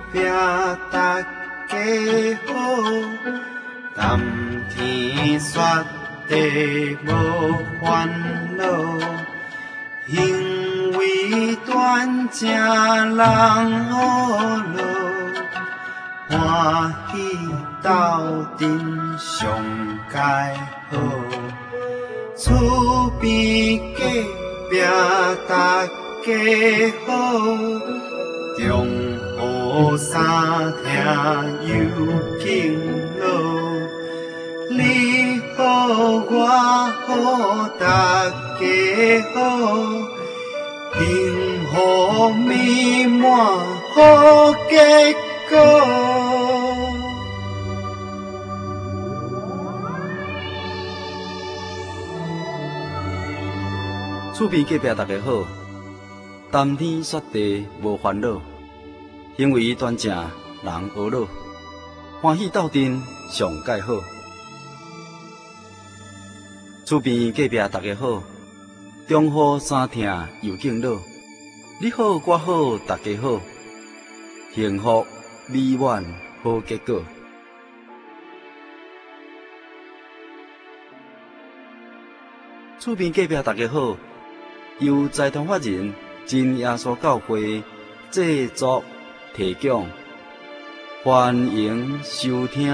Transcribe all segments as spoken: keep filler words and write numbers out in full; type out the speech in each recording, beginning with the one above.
壁大家好，谈天说地无烦恼，行为端正人好路，欢喜斗阵上佳好，厝边隔壁大家好，中好三听有敬老。你好我好大家好，幸福美满好结果。 厝边隔壁大家好，谈天说地无烦恼，行为端正人和乐，欢喜斗阵上介好。厝边隔壁大家好，中好三听又敬老，你好我好大家好，幸福美满好结果。厝边隔壁大家好，由财团法人真耶稣教会制作提供，欢迎收听。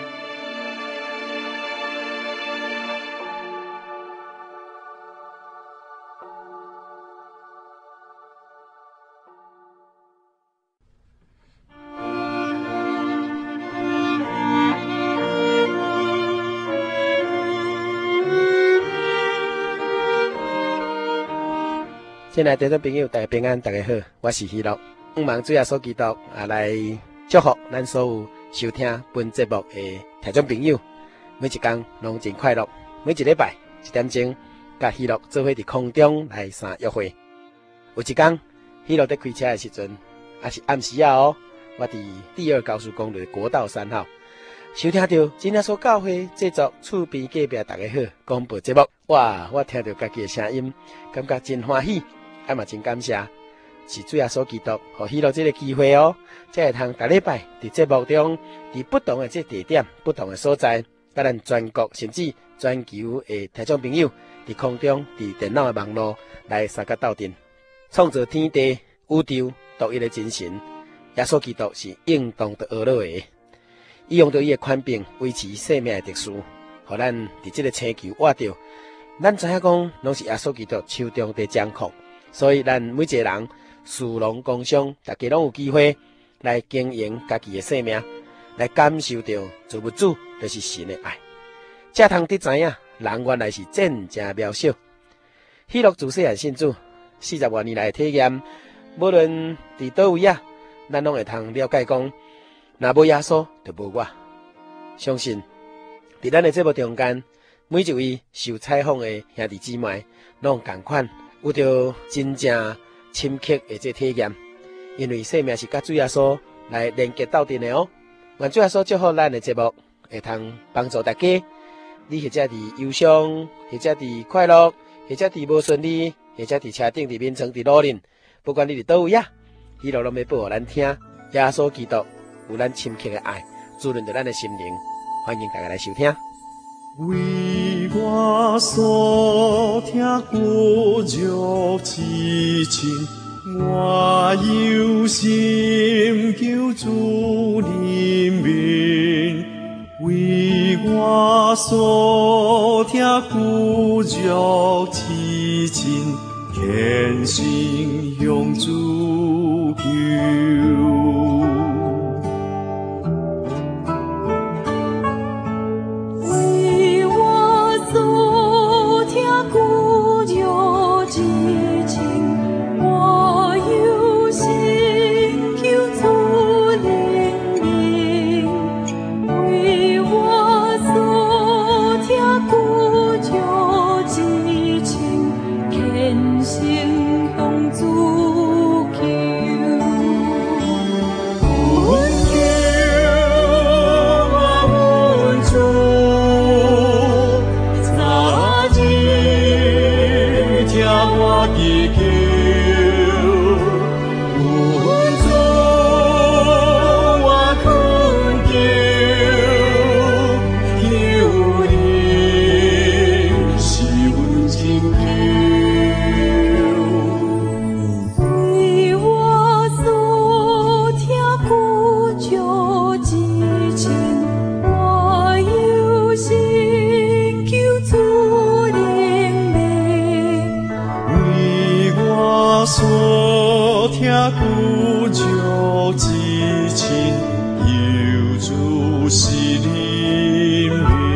亲爱的听众朋友，大家平安，大家好，我是希乐。希望主耶稣基督啊来祝福咱所有收听本节目的听众朋友，每一天拢真快乐。每一礼拜一点钟，甲希乐做伙伫空中来相约会。有一天，希乐在开车的时阵，也是暗时啊哦，我伫第二高速公路的国道三号，收听到真耶稣教会制作厝边隔壁大家好广播节目，哇！我听到家己的声音，感觉真欢喜。也嘛真感谢，是主耶稣基督，互希乐这个机会哦，才会通逐礼拜伫节目中，伫不同的这地点、不同的所在，甲咱全国甚至全球的听众朋友，伫空中、伫电脑的网络来相甲斗阵，创造天地宇宙独一的真神。耶稣基督是应当的而乐的，伊用到伊的权柄维持生命的特殊，互咱伫这个星球活着。咱知影讲，拢是耶稣基督手中的掌控。所以，咱每一个人事农工商，大家拢有机会来经营家己的生命，来感受到造物主就是神的爱。才通得知影，人原来是真正渺小。希乐自细汉信主，四十多年来的体验，无论伫倒位啊，咱拢会通了解讲，若无耶稣就无我。相信伫咱的节目中间，每一位受采访的兄弟姊妹，拢同款。有着真正深刻的这体验，因为生命是甲主耶稣来连接斗阵的哦。愿主耶稣祝福咱的节目，会通帮助大家。你或者伫忧伤，或者伫快乐，或者伫无顺利，或者伫车顶伫眠床伫路忍，不管你伫倒位啊，希乐拢要报互咱听。耶稣基督有咱深刻的爱，滋润着咱的心灵。欢迎大家来收听。 为我所听故旧痴情，我有心求主怜悯。为我所听故旧痴情，虔诚向主求。 心向主亲，犹如是黎明。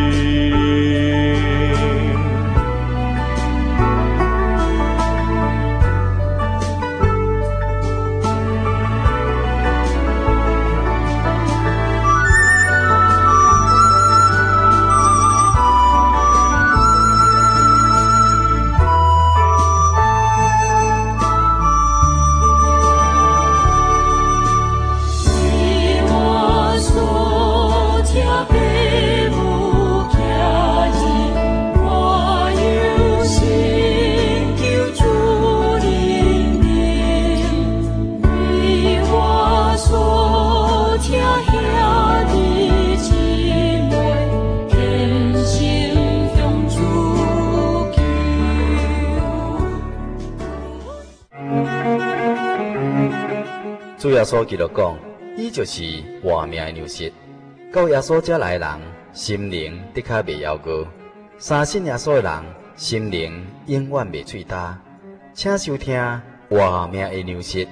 主耶稣记录讲，伊就是活命的粮食。到耶稣这来的人，心灵的确袂夭糕；相信耶稣的人，心灵永远袂脆焦。请收听活命的粮食。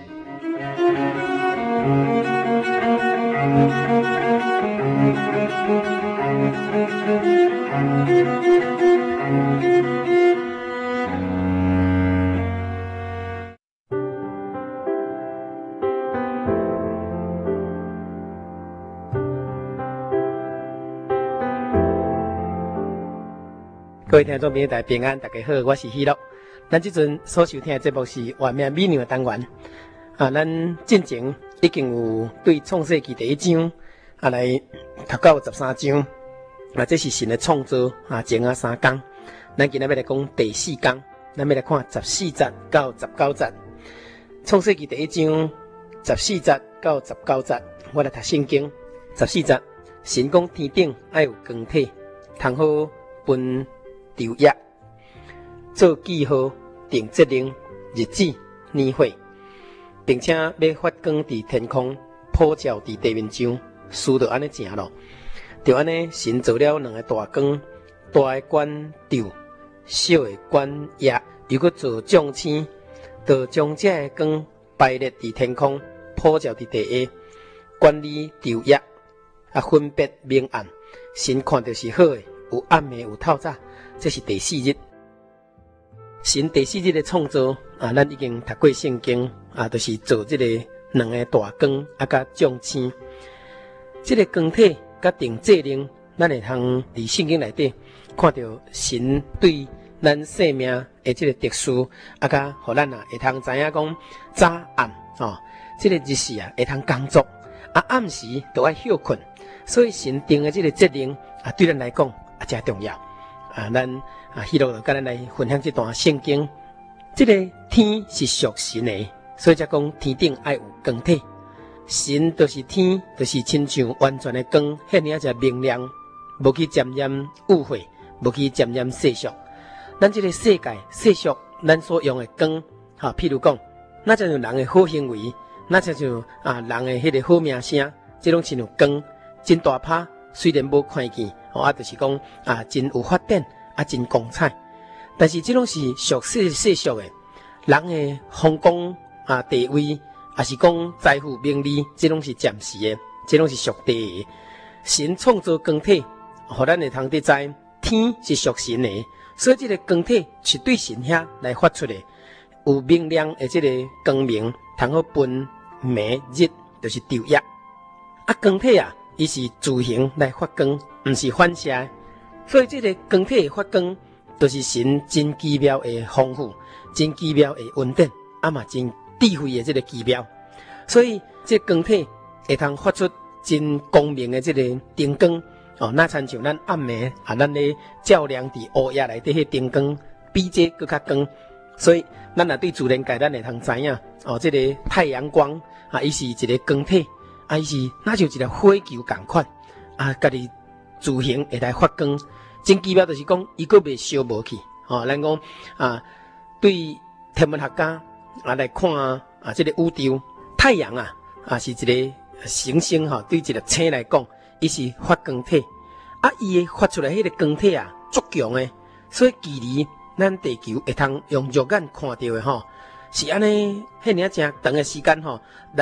各位听众朋友，大家平安，大家好，我是喜乐。咱即阵所收听的节目是《活命美娘》的单元。啊，咱进前已经有对创世纪第一章啊来读到十三章，啊，这是神的创造啊，前啊三天。咱今日要来讲第四天，咱要来看十四节到十九节。创世纪第一章十四节到十九节，我来读圣经。十四节，神讲天顶要有光体，通好分昼夜，做记号，定节令、日子、年岁，并且要发光伫天空，普照伫地面上，事就安尼成咯。就安尼，神做了两个大光，大的管昼，小的管夜，又搁做众星，就将这个光排列伫天空，普照伫地下，管理昼夜，啊，分别明暗。神看到是好的，有暗的，有透早。这是第四日，神第四日的创造啊，咱已经读过圣经啊，就是做这个两个大光啊，甲众星。这个光体甲定节令，咱会通伫圣经内底看到神对咱生命的这个特殊啊，甲互咱啊会通知影讲早暗哦，这个日时啊会通工作啊，暗时都爱休困，所以神定的这个节令啊，对咱来讲啊，真重要。啊，咱啊，希罗就跟咱来分享这段圣经。这个天是属神的，所以才讲天顶爱有光体。神就是天，就是亲像完全的光，赫尔才明亮，无去沾染污秽，无去沾染世俗。咱这个世界世俗，咱所用的光，哈、啊，譬如讲，那就像人的好行为，那就像啊人的迄个好名声，这种亲像光，真大拍，虽然无看见。哦，啊，就是讲啊，真有发展，啊，真光彩。但是这种是俗世世俗的，人的风光啊、地位，啊是讲财富、名利，这种是暂时的，这种是属地的。神创造光体，互咱会通得知，天是属神的，所以这个光体是对神遐来发出的，有明亮的这个光明，通好分暝日，就是昼夜。啊，光体啊，伊是自行来发光。毋是反射，所以这个光体的发光，就是神真奇妙的丰富，真奇妙的稳定，啊嘛真智慧的这个奇妙。所以这光体会通发出真光明的这个灯光，哦，那亲像咱暗暝啊，咱咧照亮伫乌夜内底迄灯光，比这更较光。所以咱若对自然界咱会通知影，哦，这个太阳光啊，伊是一个光体，啊，伊是那像一个火球共款，啊，家己。自行会来发光，真奇妙就是讲，伊个袂烧无去。哦，咱讲啊，对天文学家啊来看啊，这个宇宙太阳啊啊是一个行星哈、哦，对一个星来讲，伊是发光体。啊，伊发出来迄个光体啊，足强诶，所以距离咱地球会通用肉眼看到诶吼，是安尼迄尔正长诶时间吼、哦、来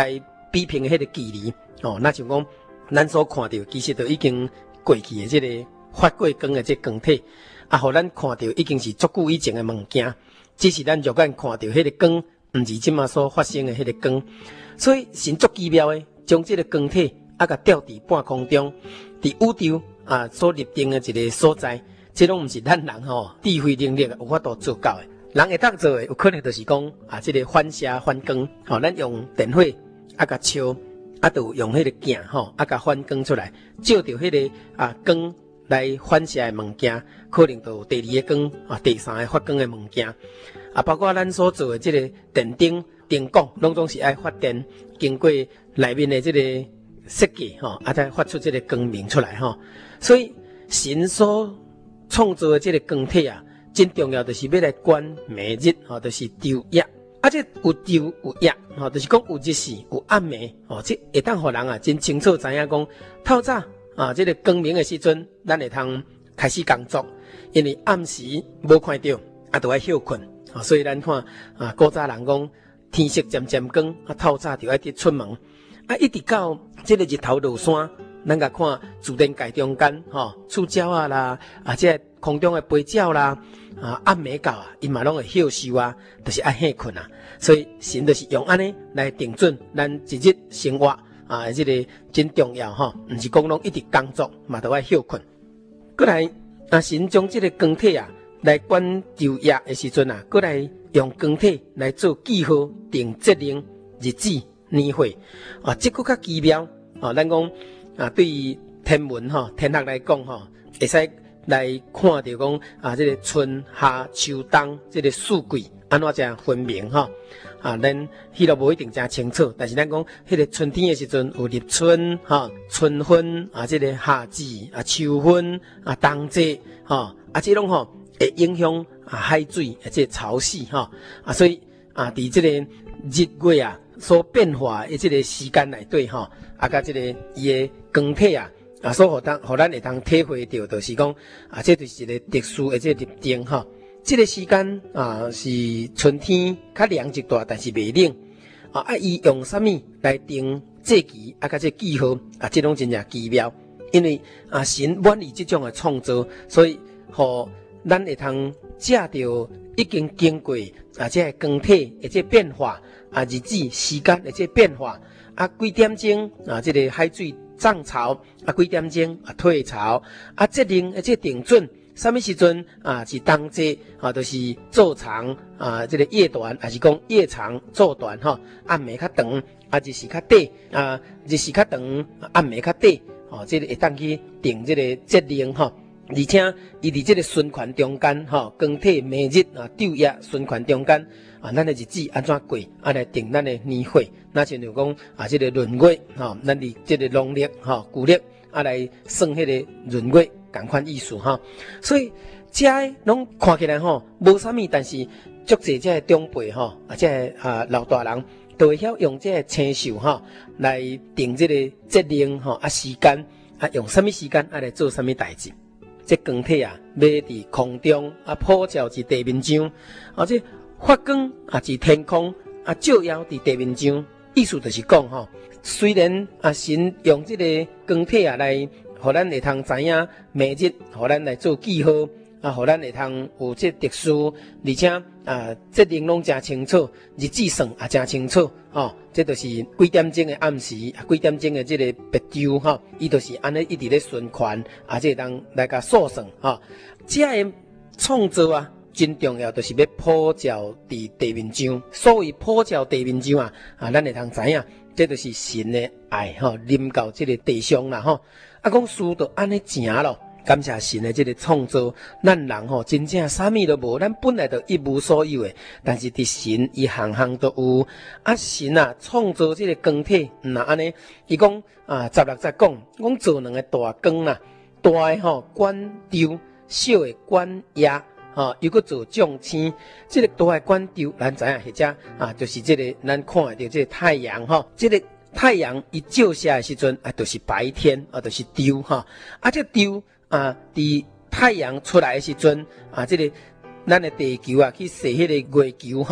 比拼的迄个距离哦，那像讲咱所看到，其实都已经过去的这个发过光的这个光体，啊，互咱看到已经是足久以前的物件，只是咱肉眼看到迄个光，毋是即马所发生的迄个光，所以神足奇妙的，将这个光体啊，甲吊伫半空中，伫宇宙啊所立定的一个所在，这拢毋是咱人吼智慧能力有法度做到的。人会当做的，有可能就是讲啊，这个反射反光，吼、哦，咱用电火啊，甲照，啊，就用迄个镜吼，啊，甲反光出来，照着迄个啊光来反射的物件，可能就有第二个光啊，第三个发光的物件，啊，包括咱所做的这个电灯、灯管，拢总是爱发电，经过内面的这个设计吼，啊，才发出这个光明出来吼。所以神所创造的这个光体啊，真重要就是要来管暝日吼，就是昼夜。啊，这有昼有夜吼，就是讲有日时有暗暝吼，这会当互人啊真清楚知影讲，透早啊，这个光明的时阵，咱会通开始工作，因为暗时无看到，啊，就要休困。啊，所以咱看啊，古早人讲天色渐渐光，啊，透早就要得出门，啊，一直到这个日头落山，咱甲看自然界中间吼，触鸟啊啦，啊，这空中的飞鸟啦，啊，暗暝到啊，伊嘛拢会休息啊，就是爱歇困啊。所以神就是用安尼来定准咱一日生活啊，这个真重要吼，毋是讲拢一直工作嘛，都爱休困。过来啊，神将这个光体啊。来管昼夜的时阵啊，过来用光体来做记号、定节令、日子、年岁啊，这个较奇妙啊。咱讲啊，对于天文吼、天学来讲吼，会使来看到讲啊，这个春夏秋冬这个四季安怎这分明吼啊，咱迄个无一定真清楚，但是咱讲迄个春天的时阵有立春哈、春分啊，这个夏至啊、秋分啊、冬至哈啊，这种吼。会影响啊海水或者潮汐哈啊，所以啊，伫这个日月啊所变化的这个时间内底哈，啊，甲这个伊的光体啊啊，所互当互咱会当体会到，就是讲啊，这就是一个特殊的这个日定哈。这个时间啊是春天较凉一段，但是袂冷啊。啊，伊用啥物来定节期啊？甲这记号啊，这种真正奇妙，因为啊神满意这种的创造，所以互。咱会通借着已经经过啊，这光体的这变化啊，日子时间的这变化啊，几点钟啊，这个海水涨潮啊，几点钟啊退潮啊，节令的这定准，什么时阵啊是冬季啊，就是昼长啊，这个夜短，还是讲夜长昼短吼，暗暝较长啊，日时较短啊，日时较长，暗暝较短哦，这个会当去定这个节令吼。而且，伊伫这个循环中间，吼，光体、暝日啊、昼夜循环中间啊，咱的日子安怎过，啊来定咱的年岁。那像就讲啊，这个闰月，吼，咱伫这个农历，吼，旧历啊来算迄个闰月，同款意思哈。所以，这拢看起来吼无啥物，但是足济这个长辈吼，啊，这个啊老大人都会晓用这个星宿吼来定这个节令吼啊时间啊，用啥物时间啊来做啥物代志。这光体啊，要伫空中啊，普照伫地面上，啊，这发光啊，伫天空啊，照耀伫地面上。意思就是讲吼，虽然啊，神用这个光体啊来，互咱会通知影每日，互咱来做记号啊，互咱会通有这特殊，而且啊，节令拢真清楚，日子算也真清楚哦。这就是几点钟的暗时，啊，几点钟的这个白昼哈，伊就是安尼一直咧循环，啊，这当来甲数算哈。这个创造啊，真重要，就是要普照伫地面上。所谓普照地面上啊，啊，咱会通知影，这就是神的爱哈，临到这个地上啦哈。啊，讲事就安尼成咯。感谢神的这个创造，咱人吼真正啥物都无，咱本来就一无所有的，但是伫神伊行行都有。啊，神啊创造这个光体，那安尼，伊讲啊十六节讲，讲做两个大光啦，大的吼管昼，小的管夜，吼又搁做众星。这个大的管昼，咱知影或者啊，就是这个咱看得到这个太阳吼，这个太阳伊照射的时阵啊，就是白天啊，就是昼哈，啊这昼。啊，伫太阳出来的时阵，啊，这个咱的地球啊，去射迄个月球哈，会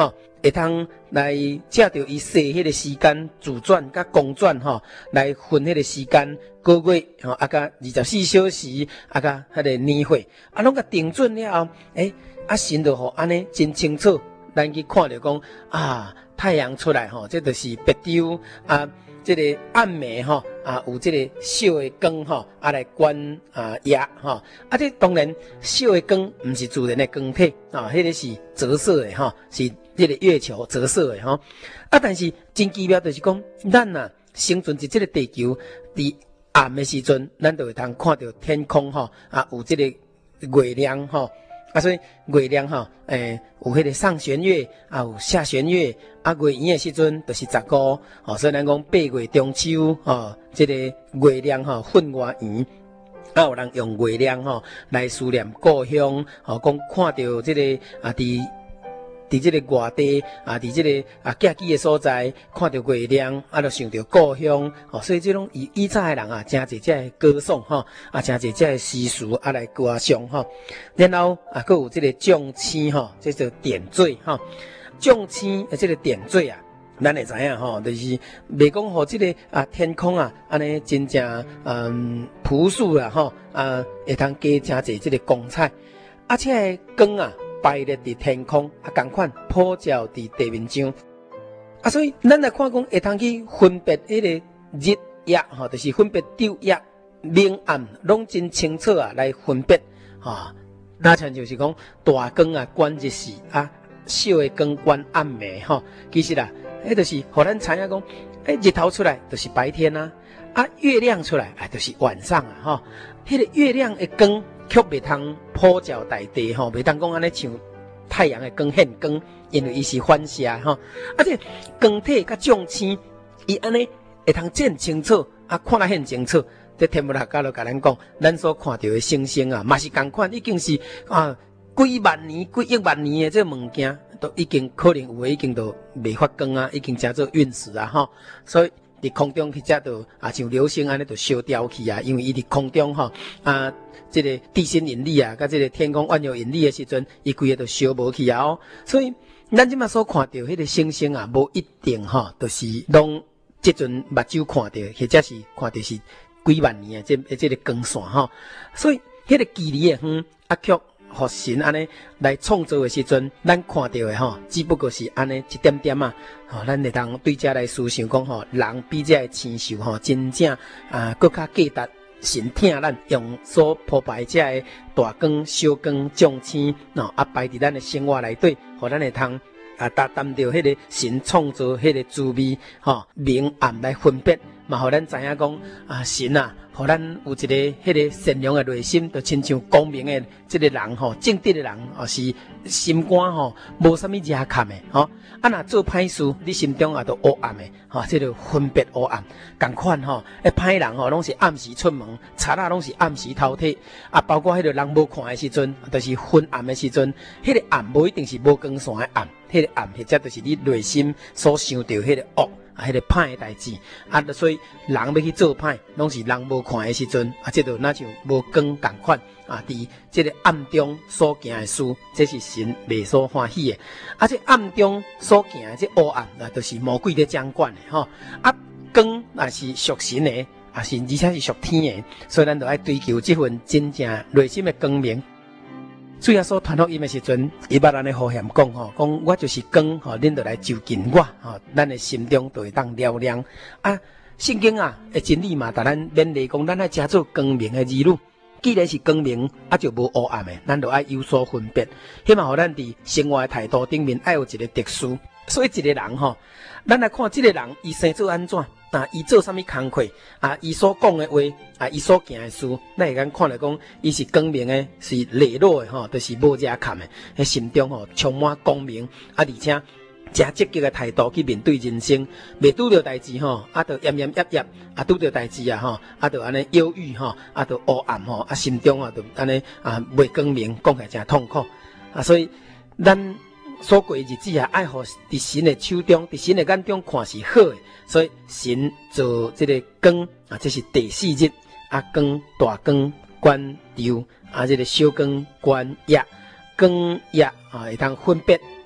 会通来借着伊说迄个时间自转甲公转吼，来分迄个时间个月吼，啊甲二十四小时，啊甲迄个年岁，啊拢甲定准了后，诶、欸，啊神就互安尼真清楚，咱去看着讲啊，太阳出来吼，这就是白昼啊。这个暗暝吼啊，有这个小的光吼啊来观啊夜吼啊，这当然小的光不是自然的光体啊，迄个是折射的吼，是这个月球折射的吼啊。但是真奇妙就是讲，咱呐生存在这个地球，伫暗的时阵，咱就会通看到天空吼啊，有这个月亮吼。啊，所以月亮吼，诶、欸，有迄个上弦月，啊，有下弦月，啊，月圆的时阵就是十五，哦，所以咱讲八月中秋，哦，这个月亮吼分外圆，啊，有人用月亮吼来思念故乡，哦，讲看到这个啊，伫伫这个外地啊，伫这个啊寄居的所在，看到月亮，啊，就想到故乡，哦，所以这种以以早的人啊，真侪这的歌颂吼，啊，真侪这的诗词啊来歌颂吼。然后啊，佫有这个降星吼，这就点缀吼。降星的这个点缀啊，咱会知影吼，就是袂讲互这个啊天空啊，安尼真正嗯朴素啦吼，啊会通加真侪这个光彩，而且光啊。摆列伫天空，啊，同款普照伫地面上，啊，所以咱来看讲，会通去分别迄个日夜吼，就是分别昼夜明暗，拢真清楚啊，来分别吼。那像就是讲大光啊，观日时啊，小的光观暗暝吼。其实啦，迄就是互咱知影讲，诶，日头出来就是白天啊，啊，月亮出来啊，就是晚上啊，吼。迄个月亮的光。却袂通普照大地吼，袂通讲安尼像太阳的光现光，因为伊是反射吼。啊，这光体甲降星，伊安尼会通见清楚，啊，看得很清楚。这天文学家就甲咱讲，咱所看到的星星啊，嘛是同款，已经是啊几万年、几亿万年的这物件，都已经可能有的已经都未发光啊，已经叫做陨石啊吼。所以伫空中去只就啊，像流星安尼就烧掉去啊，因为伊伫空中吼啊。这个地心引力啊，甲这个天空万有引力的时阵，伊规个都烧无去啊哦。所以咱即马所看到迄个星星啊，无一定吼，都、就是拢即阵目睭看到，或者是看到是几万年的这这个光线吼。所以迄个距离的远啊，却互神安尼来创造的时阵，咱看到的吼，只不过是安尼一点点啊。吼，咱会当对遮来思想讲吼，人比遮的亲像吼，真正啊，更加价值。神听咱用所铺排这的大光、小光、降星，喏啊摆伫咱的生活内底，互咱会通啊达达到迄个神创造迄个滋味，吼明暗来分别，嘛互咱知影讲啊神啊，互咱有一个迄个善良的内心，就亲像光明的这个人吼，正直的人哦是心肝吼无啥物惹坎的吼。啊，若做歹事，你心中也都黑暗的，吼、哦，这就分别黑暗。共款吼，诶，歹人吼，拢是暗时出门，贼仔拢是暗时偷窃，啊，包括迄个人无看的时阵，就是昏暗的时阵，迄、那个暗无一定是无光线的暗，迄、那个暗或者就是你内心所想到迄个恶。啊，迄个歹的代志，啊，所以人要去做歹，拢是人无看的时阵，啊，这就那像无光共款，啊，伫这个暗中所行的事，这是神未所欢喜的，啊，这暗中所行的这黑暗，啊，都是魔鬼在掌管的，吼，啊，光也是属神的，啊，是而且是属天的，所以咱就爱追求这份真正内心的光明。主耶稣传福音的时阵，伊捌安尼好嫌讲吼，讲我就是光吼，恁就来就近我吼，咱的心中就会当了亮啊。圣经啊，的真理嘛，但咱勉励讲，咱爱加做光明的儿女。既然是光明，啊就无黑暗的，咱就爱有所分别。希望互咱伫生活的态度顶面，爱有一个特殊。所以一个人吼，咱来看这个人，伊生做安怎？啊，伊做啥物工课？啊，伊所讲的话，啊，伊所行的事，咱会讲看来讲，伊是光明的，是利落的吼，就是无遮坎的，喺心中吼充满光明，啊，而且真积极的态度去面对人生，未拄着代志吼，啊，就奄奄压压，啊，拄着代志啊吼，啊，就安尼忧郁吼，啊，就黑暗吼，啊，心中啊，就安尼啊，未光明，讲起来真痛苦，啊，所以咱所过日子啊，爱互伫神的手中，伫神的眼中看是好的。所以神做这个光啊，这是第四日啊，光大光观昼啊，这个小光观夜，光夜啊会当分别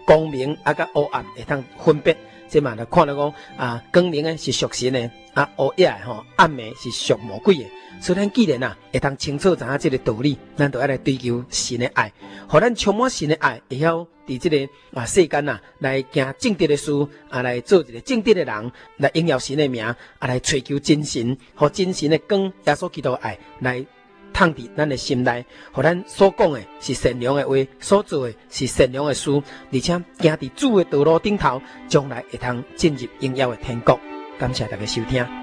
光明啊甲黑暗会当分别。即嘛就看到讲啊，光明诶是属神诶，啊黑夜吼暗暝是属魔鬼诶。所以咱既然啊会当清楚知影即个道理，咱就要来追求神诶爱，互咱充满神诶爱，会晓伫即个啊世间啊来行正直诶事，啊来做一个正直诶人，来荣耀神诶名，啊来追求真神，互真神诶光耶稣基督诶爱来通伫咱诶心内，互咱所讲诶是善良诶话，所做诶是善良诶事，而且行伫主诶道路顶头，将来会通进入荣耀诶天国。感谢大家收听。